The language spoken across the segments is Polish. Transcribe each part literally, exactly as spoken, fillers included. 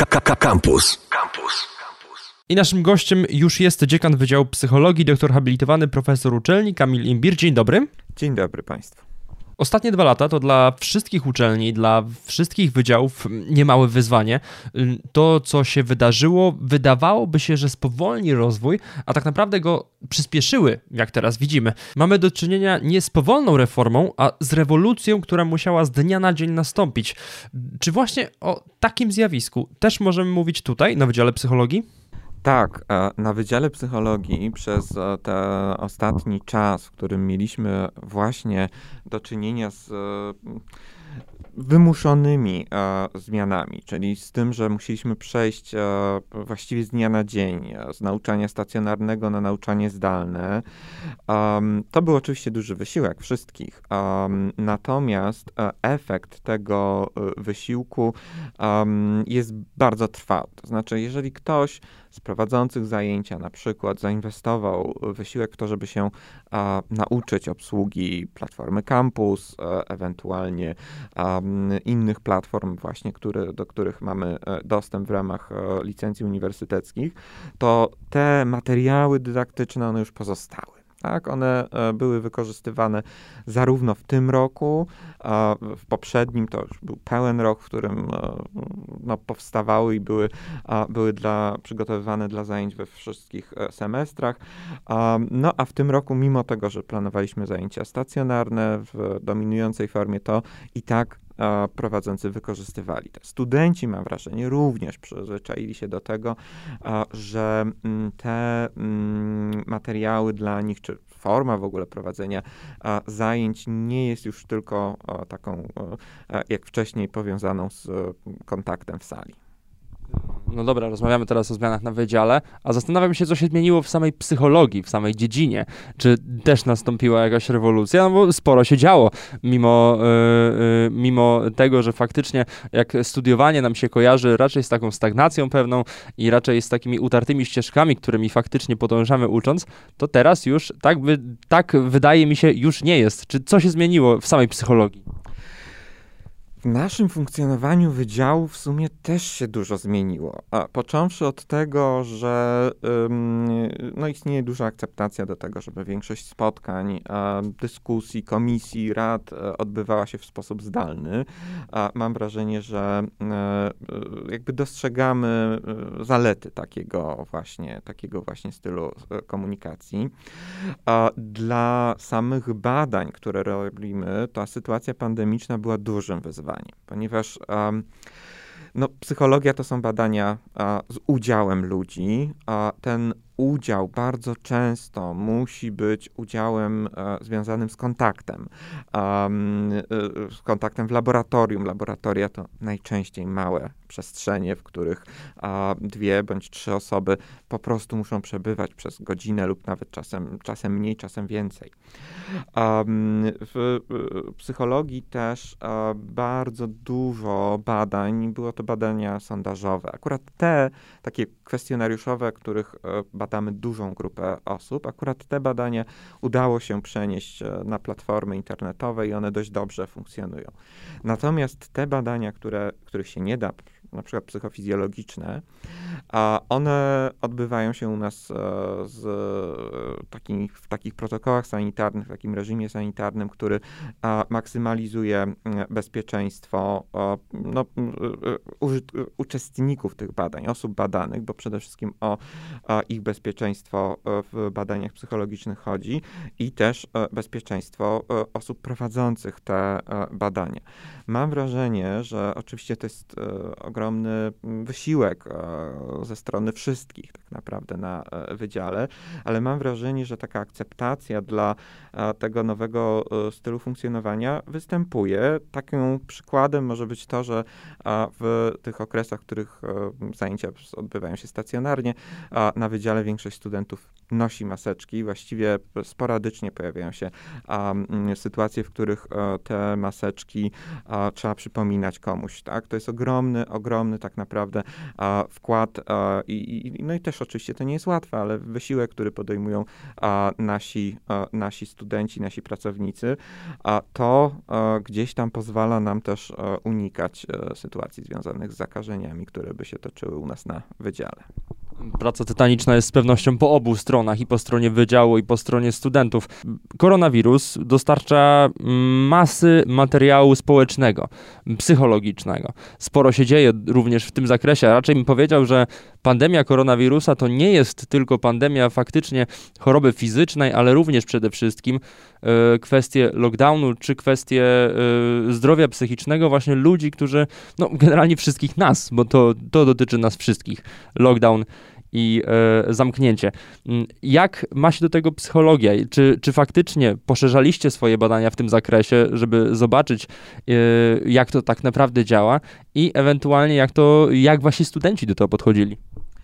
Campus. Campus. I naszym gościem już jest dziekan Wydziału Psychologii, doktor habilitowany profesor uczelni Kamil Imbir. Dzień dobry. Dzień dobry Państwu. Ostatnie dwa lata to dla wszystkich uczelni, dla wszystkich wydziałów niemałe wyzwanie. To, co się wydarzyło, wydawałoby się, że spowolni rozwój, a tak naprawdę go przyspieszyły, jak teraz widzimy. Mamy do czynienia nie z powolną reformą, a z rewolucją, która musiała z dnia na dzień nastąpić. Czy właśnie o takim zjawisku też możemy mówić tutaj, na Wydziale Psychologii? Tak, na Wydziale Psychologii przez ten ostatni czas, w którym mieliśmy właśnie do czynienia z wymuszonymi zmianami, czyli z tym, że musieliśmy przejść właściwie z dnia na dzień, z nauczania stacjonarnego na nauczanie zdalne. To był oczywiście duży wysiłek wszystkich, natomiast efekt tego wysiłku jest bardzo trwały. To znaczy, jeżeli ktoś z prowadzących zajęcia na przykład zainwestował wysiłek w to, żeby się a, nauczyć obsługi platformy Campus, a, ewentualnie a, innych platform właśnie, które, do których mamy dostęp w ramach a, licencji uniwersyteckich, to te materiały dydaktyczne, one już pozostały. Tak, one były wykorzystywane zarówno w tym roku, a w poprzednim to już był pełen rok, w którym no, powstawały i były, były dla, przygotowywane dla zajęć we wszystkich semestrach. No a w tym roku, mimo tego, że planowaliśmy zajęcia stacjonarne w dominującej formie, to i tak prowadzący wykorzystywali to. Studenci, mam wrażenie, również przyzwyczaili się do tego, że te materiały dla nich, czy forma w ogóle prowadzenia zajęć nie jest już tylko taką, jak wcześniej, powiązaną z kontaktem w sali. No dobra, rozmawiamy teraz o zmianach na wydziale, a zastanawiam się, co się zmieniło w samej psychologii, w samej dziedzinie. Czy też nastąpiła jakaś rewolucja? No bo sporo się działo, mimo, yy, yy, mimo tego, że faktycznie jak studiowanie nam się kojarzy raczej z taką stagnacją pewną i raczej z takimi utartymi ścieżkami, którymi faktycznie podążamy ucząc, to teraz już tak, by, tak wydaje mi się już nie jest. Czy co się zmieniło w samej psychologii? W naszym funkcjonowaniu wydziału w sumie też się dużo zmieniło. A począwszy od tego, że ym, no istnieje duża akceptacja do tego, żeby większość spotkań, a, dyskusji, komisji, rad a, odbywała się w sposób zdalny. A mam wrażenie, że a, jakby dostrzegamy a, zalety takiego właśnie, takiego właśnie stylu a, komunikacji. A dla samych badań, które robimy, ta sytuacja pandemiczna była dużym wyzwaniem. Ponieważ um, no, psychologia to są badania a, z udziałem ludzi, a ten udział bardzo często musi być udziałem e, związanym z kontaktem, um, e, z kontaktem w laboratorium. Laboratoria to najczęściej małe przestrzenie, w których a, dwie bądź trzy osoby po prostu muszą przebywać przez godzinę lub nawet czasem, czasem mniej, czasem więcej. Um, w, w psychologii też a, bardzo dużo badań, było to badania sondażowe. Akurat te takie kwestionariuszowe, których e, badamy dużą grupę osób. Akurat te badania udało się przenieść na platformy internetowe i one dość dobrze funkcjonują. Natomiast te badania, które, których się nie da, na przykład psychofizjologiczne, a one odbywają się u nas z takich, w takich protokołach sanitarnych, w takim reżimie sanitarnym, który maksymalizuje bezpieczeństwo no, uczestników tych badań, osób badanych, bo przede wszystkim o ich bezpieczeństwo w badaniach psychologicznych chodzi i też bezpieczeństwo osób prowadzących te badania. Mam wrażenie, że oczywiście to jest ogromny wysiłek ze strony wszystkich tak naprawdę na wydziale, ale mam wrażenie, że taka akceptacja dla tego nowego stylu funkcjonowania występuje. Takim przykładem może być to, że w tych okresach, w których zajęcia odbywają się stacjonarnie, na wydziale większość studentów nosi maseczki. Właściwie sporadycznie pojawiają się um, sytuacje, w których um, te maseczki um, trzeba przypominać komuś. Tak? To jest ogromny, ogromny tak naprawdę um, wkład um, i, no i też oczywiście to nie jest łatwe, ale wysiłek, który podejmują a, nasi, a, nasi studenci, nasi pracownicy, a to a, gdzieś tam pozwala nam też a, unikać a, sytuacji związanych z zakażeniami, które by się toczyły u nas na wydziale. Praca tytaniczna jest z pewnością po obu stronach, i po stronie wydziału, i po stronie studentów. Koronawirus dostarcza masy materiału społecznego, psychologicznego. Sporo się dzieje również w tym zakresie. Raczej bym powiedział, że pandemia koronawirusa to nie jest tylko pandemia faktycznie choroby fizycznej, ale również przede wszystkim y, kwestie lockdownu, czy kwestie y, zdrowia psychicznego właśnie ludzi, którzy, no generalnie wszystkich nas, bo to, to dotyczy nas wszystkich. Lockdown i e, zamknięcie. Jak ma się do tego psychologia? Czy, czy faktycznie poszerzaliście swoje badania w tym zakresie, żeby zobaczyć, e, jak to tak naprawdę działa i ewentualnie jak to, jak wasi studenci do tego podchodzili?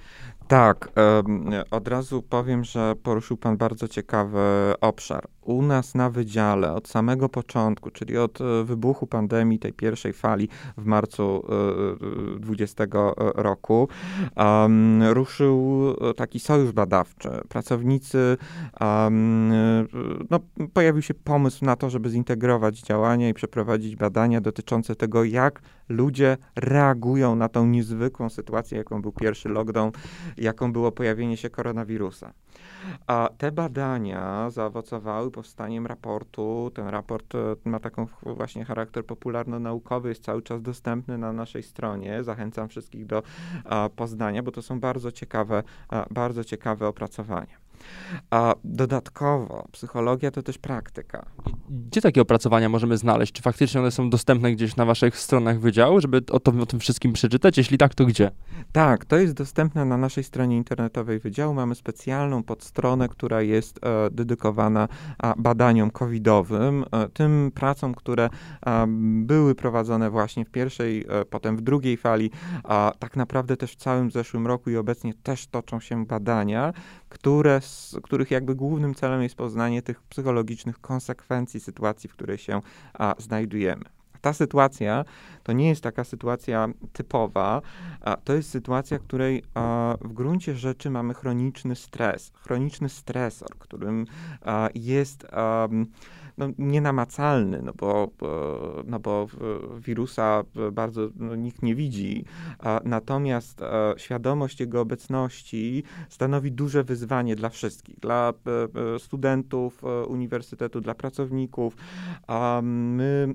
Tak, um, od razu powiem, że poruszył pan bardzo ciekawy obszar. U nas na wydziale od samego początku, czyli od wybuchu pandemii, tej pierwszej fali w marcu dwudziestego roku, um, ruszył taki sojusz badawczy. Pracownicy, um, no, pojawił się pomysł na to, żeby zintegrować działania i przeprowadzić badania dotyczące tego, jak ludzie reagują na tą niezwykłą sytuację, jaką był pierwszy lockdown, jaką było pojawienie się koronawirusa. A te badania zaowocowały powstaniem raportu. Ten raport ma taką właśnie charakter popularno-naukowy, jest cały czas dostępny na naszej stronie. Zachęcam wszystkich do a, poznania, bo to są bardzo ciekawe, a, bardzo ciekawe opracowania. A dodatkowo psychologia to też praktyka. Gdzie takie opracowania możemy znaleźć? Czy faktycznie one są dostępne gdzieś na waszych stronach wydziału, żeby o, to, o tym wszystkim przeczytać? Jeśli tak, to gdzie? Tak, to jest dostępne na naszej stronie internetowej wydziału. Mamy specjalną podstronę, która jest e, dedykowana a, badaniom covidowym, e, tym pracom, które a, były prowadzone właśnie w pierwszej, e, potem w drugiej fali, a tak naprawdę też w całym zeszłym roku i obecnie też toczą się badania, które, z których jakby głównym celem jest poznanie tych psychologicznych konsekwencji sytuacji, w której się a, znajdujemy. Ta sytuacja to nie jest taka sytuacja typowa, a to jest sytuacja, w której a, w gruncie rzeczy mamy chroniczny stres, chroniczny stresor, którym a, jest a, no, nienamacalny, no bo, no bo wirusa bardzo no, nikt nie widzi, a, natomiast a, świadomość jego obecności stanowi duże wyzwanie dla wszystkich, dla a, studentów a, uniwersytetu, dla pracowników. A my,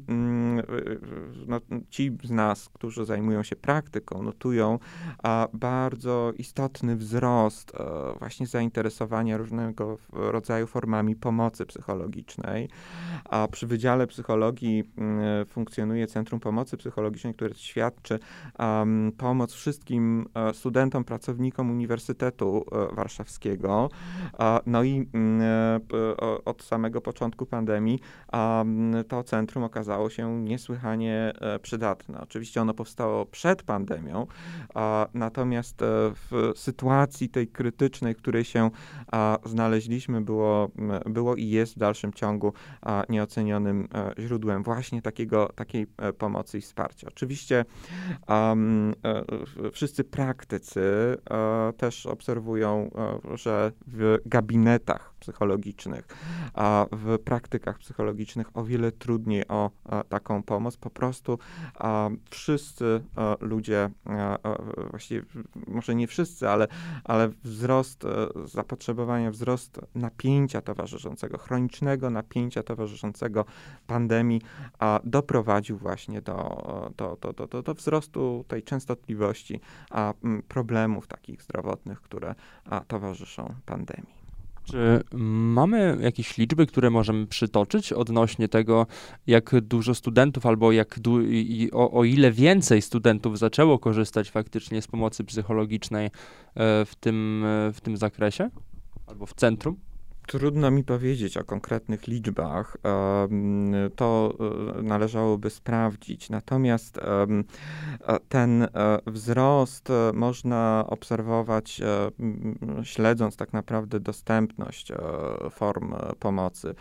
no, ci z nas, którzy zajmują się praktyką, notują a, bardzo istotny wzrost a, właśnie zainteresowania różnego rodzaju formami pomocy psychologicznej. A przy Wydziale Psychologii y, funkcjonuje Centrum Pomocy Psychologicznej, które świadczy um, pomoc wszystkim uh, studentom, pracownikom Uniwersytetu uh, Warszawskiego. Uh, no i y, od samego początku pandemii um, to centrum okazało się niesłychanie uh, przydatne. Oczywiście ono powstało przed pandemią, uh, natomiast uh, w sytuacji tej krytycznej, w której się uh, znaleźliśmy, było, było i jest w dalszym ciągu uh, nieocenionym e, źródłem właśnie takiego, takiej e, pomocy i wsparcia. Oczywiście um, e, wszyscy praktycy e, też obserwują, e, że w gabinetach psychologicznych, a w praktykach psychologicznych o wiele trudniej o a, taką pomoc. Po prostu a, wszyscy a, ludzie, a, a, właściwie może nie wszyscy, ale, ale wzrost a, zapotrzebowania, wzrost napięcia towarzyszącego, chronicznego napięcia towarzyszącego pandemii a, doprowadził właśnie do, do, do, do, do, do wzrostu tej częstotliwości a, m, problemów takich zdrowotnych, które a, towarzyszą pandemii. Czy mamy jakieś liczby, które możemy przytoczyć odnośnie tego, jak dużo studentów albo jak du- i, o, o ile więcej studentów zaczęło korzystać faktycznie z pomocy psychologicznej e, w tym, e, w tym zakresie albo w centrum? Trudno mi powiedzieć o konkretnych liczbach. To należałoby sprawdzić. Natomiast ten wzrost można obserwować, śledząc tak naprawdę dostępność form pomocy.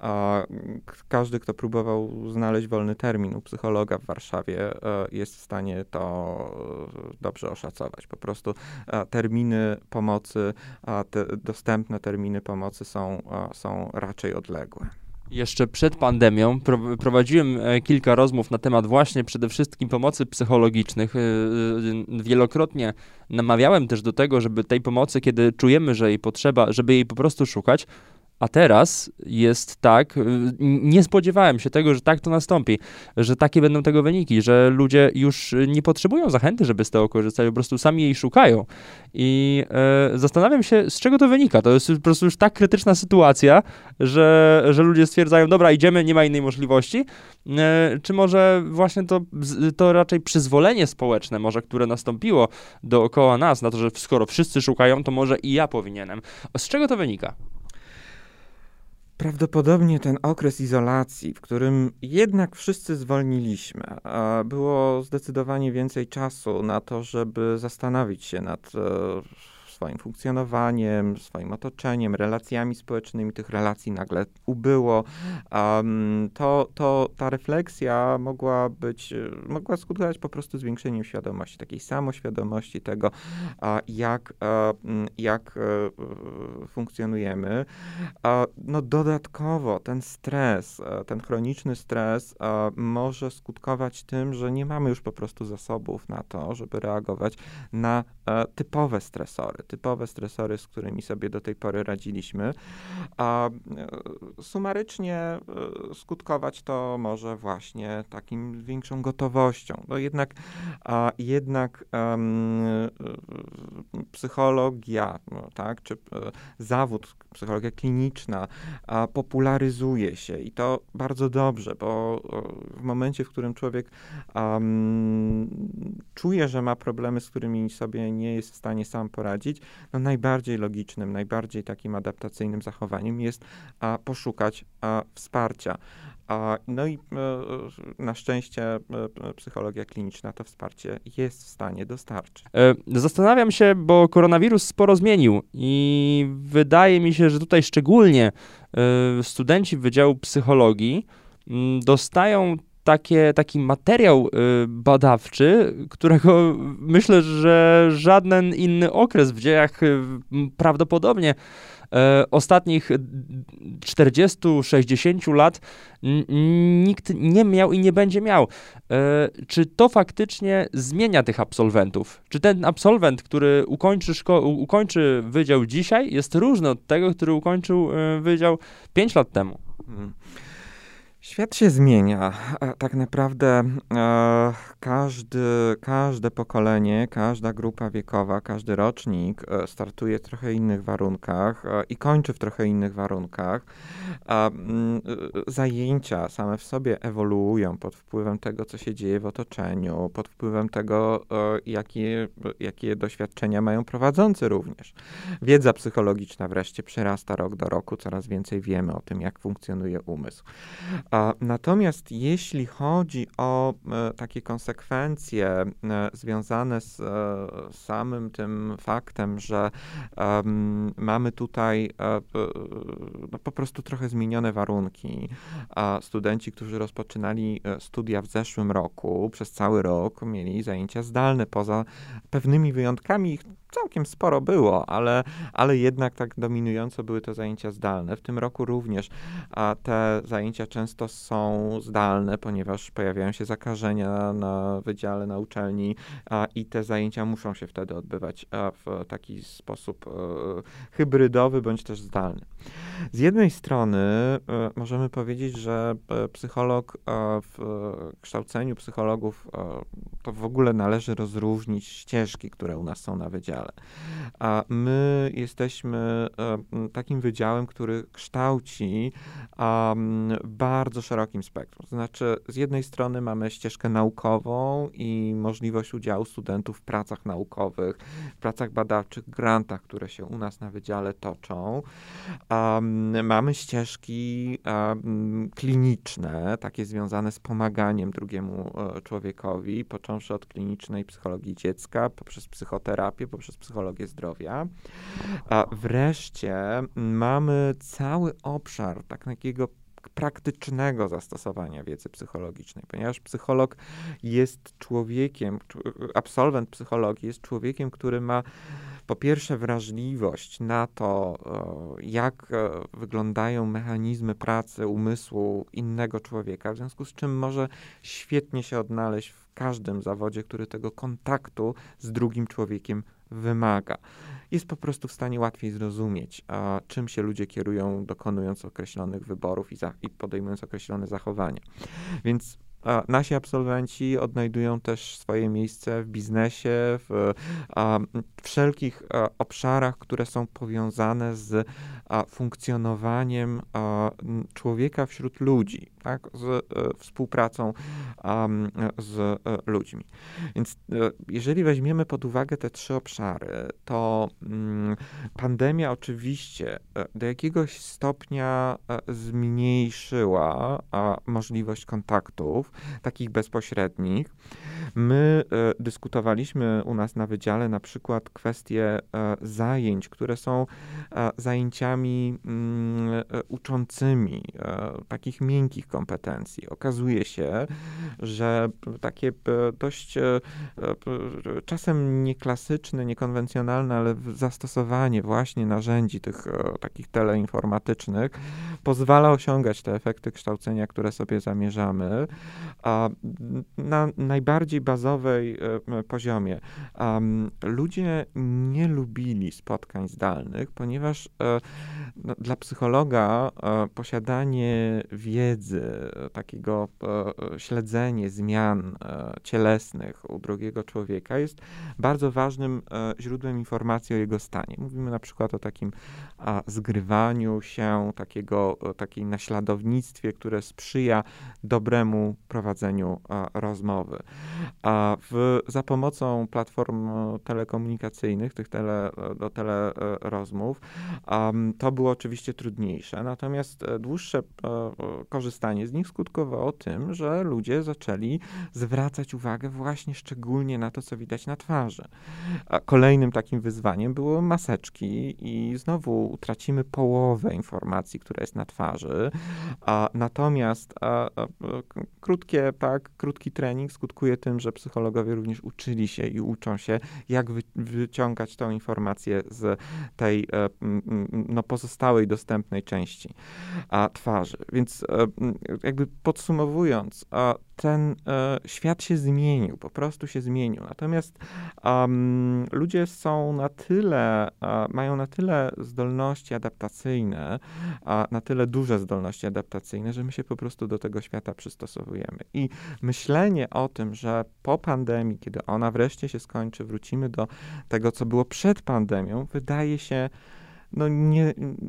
Każdy, kto próbował znaleźć wolny termin u psychologa w Warszawie, jest w stanie to dobrze oszacować. Po prostu terminy pomocy, te dostępne terminy pomocy są, są raczej odległe. Jeszcze przed pandemią pro, prowadziłem kilka rozmów na temat właśnie przede wszystkim pomocy psychologicznych. Wielokrotnie namawiałem też do tego, żeby tej pomocy, kiedy czujemy, że jej potrzeba, żeby jej po prostu szukać. A teraz jest tak, nie spodziewałem się tego, że tak to nastąpi, że takie będą tego wyniki, że ludzie już nie potrzebują zachęty, żeby z tego korzystać, po prostu sami jej szukają. I e, zastanawiam się, z czego to wynika. To jest po prostu już tak krytyczna sytuacja, że, że ludzie stwierdzają, dobra, idziemy, nie ma innej możliwości. E, czy może właśnie to, to raczej przyzwolenie społeczne, może, które nastąpiło dookoła nas, na to, że skoro wszyscy szukają, to może i ja powinienem. Z czego to wynika? Prawdopodobnie ten okres izolacji, w którym jednak wszyscy zwolniliśmy, było zdecydowanie więcej czasu na to, żeby zastanowić się nad swoim funkcjonowaniem, swoim otoczeniem, relacjami społecznymi. Tych relacji nagle ubyło. Um, to, to ta refleksja mogła być, mogła skutkować po prostu zwiększeniem świadomości, takiej samoświadomości tego, a, jak, a, jak a, funkcjonujemy. A, no dodatkowo ten stres, a, ten chroniczny stres a, może skutkować tym, że nie mamy już po prostu zasobów na to, żeby reagować na a, typowe stresory. typowe stresory, z którymi sobie do tej pory radziliśmy, a sumarycznie skutkować to może właśnie takim większą gotowością. No jednak, a jednak um, psychologia, no, tak, czy zawód, psychologia kliniczna a, popularyzuje się i to bardzo dobrze, bo w momencie, w którym człowiek um, czuje, że ma problemy, z którymi sobie nie jest w stanie sam poradzić, no najbardziej logicznym, najbardziej takim adaptacyjnym zachowaniem jest a, poszukać a, wsparcia. A, no i e, na szczęście e, psychologia kliniczna to wsparcie jest w stanie dostarczyć. Zastanawiam się, bo koronawirus sporo zmienił i wydaje mi się, że tutaj szczególnie e, studenci Wydziału Psychologii m, dostają Takie, taki materiał y, badawczy, którego myślę, że żaden inny okres w dziejach y, prawdopodobnie y, ostatnich czterdziestu sześćdziesięciu lat n- nikt nie miał i nie będzie miał. Y, czy to faktycznie zmienia tych absolwentów? Czy ten absolwent, który ukończy, szko- ukończy wydział dzisiaj, jest różny od tego, który ukończył y, wydział pięć lat temu? Hmm. Świat się zmienia. Tak naprawdę e, każdy, każde pokolenie, każda grupa wiekowa, każdy rocznik e, startuje w trochę innych warunkach e, i kończy w trochę innych warunkach. A, m, zajęcia same w sobie ewoluują pod wpływem tego, co się dzieje w otoczeniu, pod wpływem tego, e, jakie, jakie doświadczenia mają prowadzący również. Wiedza psychologiczna wreszcie przyrasta rok do roku, coraz więcej wiemy o tym, jak funkcjonuje umysł. Natomiast jeśli chodzi o e, takie konsekwencje e, związane z e, samym tym faktem, że e, mamy tutaj e, no, po prostu trochę zmienione warunki, a studenci, którzy rozpoczynali studia w zeszłym roku, przez cały rok mieli zajęcia zdalne, poza pewnymi wyjątkami, ich całkiem sporo było, ale, ale jednak tak dominująco były to zajęcia zdalne. W tym roku również a te zajęcia często są zdalne, ponieważ pojawiają się zakażenia na wydziale, na uczelni a, i te zajęcia muszą się wtedy odbywać a, w taki sposób e, hybrydowy bądź też zdalny. Z jednej strony e, możemy powiedzieć, że e, psycholog e, w kształceniu psychologów e, to w ogóle należy rozróżnić ścieżki, które u nas są na wydziale. wydziale. A my jesteśmy takim wydziałem, który kształci um, bardzo szerokim spektrum. Znaczy, z jednej strony mamy ścieżkę naukową i możliwość udziału studentów w pracach naukowych, w pracach badawczych, grantach, które się u nas na wydziale toczą. Um, mamy ścieżki um, kliniczne, takie związane z pomaganiem drugiemu e, człowiekowi, począwszy od klinicznej psychologii dziecka, poprzez psychoterapię, poprzez psychologię zdrowia. A wreszcie mamy cały obszar takiego praktycznego zastosowania wiedzy psychologicznej, ponieważ psycholog jest człowiekiem, absolwent psychologii jest człowiekiem, który ma po pierwsze wrażliwość na to, jak wyglądają mechanizmy pracy umysłu innego człowieka, w związku z czym może świetnie się odnaleźć w każdym zawodzie, który tego kontaktu z drugim człowiekiem wymaga. Jest po prostu w stanie łatwiej zrozumieć, a, czym się ludzie kierują, dokonując określonych wyborów i, za, i podejmując określone zachowania. Więc a, nasi absolwenci odnajdują też swoje miejsce w biznesie, w a, wszelkich a, obszarach, które są powiązane z a, funkcjonowaniem a, człowieka wśród ludzi, tak? Z e, współpracą a, z e, ludźmi. Więc e, jeżeli weźmiemy pod uwagę te trzy obszary, to mm, pandemia oczywiście e, do jakiegoś stopnia e, zmniejszyła a, możliwość kontaktów, takich bezpośrednich. My e, dyskutowaliśmy u nas na wydziale na przykład kwestie e, zajęć, które są e, zajęciami mm, e, uczącymi, e, takich miękkich kompetencji. Okazuje się, że takie e, dość e, e, czasem nieklasyczne, niekonwencjonalne, ale zastosowanie właśnie narzędzi tych e, takich teleinformatycznych pozwala osiągać te efekty kształcenia, które sobie zamierzamy. A na najbardziej bazowej e, poziomie um, ludzie nie lubili spotkań zdalnych, ponieważ e, no, dla psychologa e, posiadanie wiedzy, e, takiego e, śledzenie zmian e, cielesnych u drugiego człowieka jest bardzo ważnym e, źródłem informacji o jego stanie. Mówimy na przykład o takim a, zgrywaniu się, takiego, o takiej naśladownictwie, które sprzyja dobremu prowadzeniu a, rozmowy. A w, za pomocą platform telekomunikacyjnych, tych tele, do telerozmów, um, to było oczywiście trudniejsze. Natomiast dłuższe e, korzystanie z nich skutkowało tym, że ludzie zaczęli zwracać uwagę właśnie szczególnie na to, co widać na twarzy. A kolejnym takim wyzwaniem były maseczki i znowu utracimy połowę informacji, która jest na twarzy. A, natomiast a, a, krótkie, tak, krótki trening skutkuje tym, że psychologowie również uczyli się i uczą się, jak wy, wyciągać tą informację z tej e, no, pozostałej dostępnej części a, twarzy. Więc e, jakby podsumowując, a, ten e, świat się zmienił, po prostu się zmienił. Natomiast um, ludzie są na tyle, a, mają na tyle zdolności adaptacyjne, a na tyle duże zdolności adaptacyjne, że my się po prostu do tego świata przystosowujemy. I myślenie o tym, że po pandemii, kiedy ona wreszcie się skończy, wrócimy do tego, co było przed pandemią, wydaje się no nie,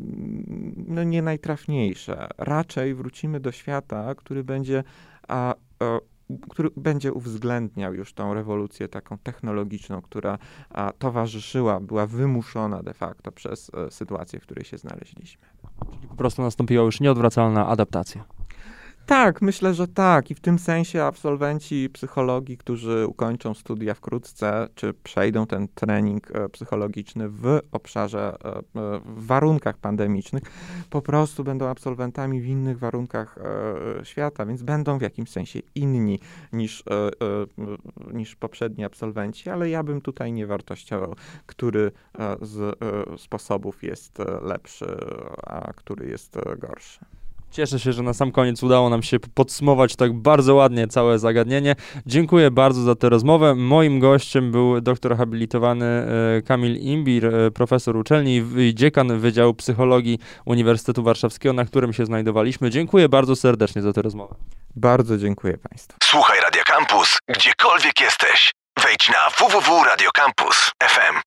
no nie najtrafniejsze. Raczej wrócimy do świata, który będzie, a, a, który będzie uwzględniał już tą rewolucję taką technologiczną, która a, towarzyszyła, była wymuszona de facto przez a, sytuację, w której się znaleźliśmy. Czyli po prostu nastąpiła już nieodwracalna adaptacja. Tak, myślę, że tak. I w tym sensie absolwenci psychologii, którzy ukończą studia wkrótce, czy przejdą ten trening e, psychologiczny w obszarze, e, w warunkach pandemicznych, po prostu będą absolwentami w innych warunkach e, świata, więc będą w jakimś sensie inni niż, e, e, niż poprzedni absolwenci, ale ja bym tutaj nie wartościował, który e, z e, sposobów jest lepszy, a który jest gorszy. Cieszę się, że na sam koniec udało nam się podsumować tak bardzo ładnie całe zagadnienie. Dziękuję bardzo za tę rozmowę. Moim gościem był doktor habilitowany Kamil Imbir, profesor uczelni i dziekan Wydziału Psychologii Uniwersytetu Warszawskiego, na którym się znajdowaliśmy. Dziękuję bardzo serdecznie za tę rozmowę. Bardzo dziękuję Państwu. Słuchaj Radia Campus, gdziekolwiek jesteś. Wejdź na w w w kropka radio campus kropka f m.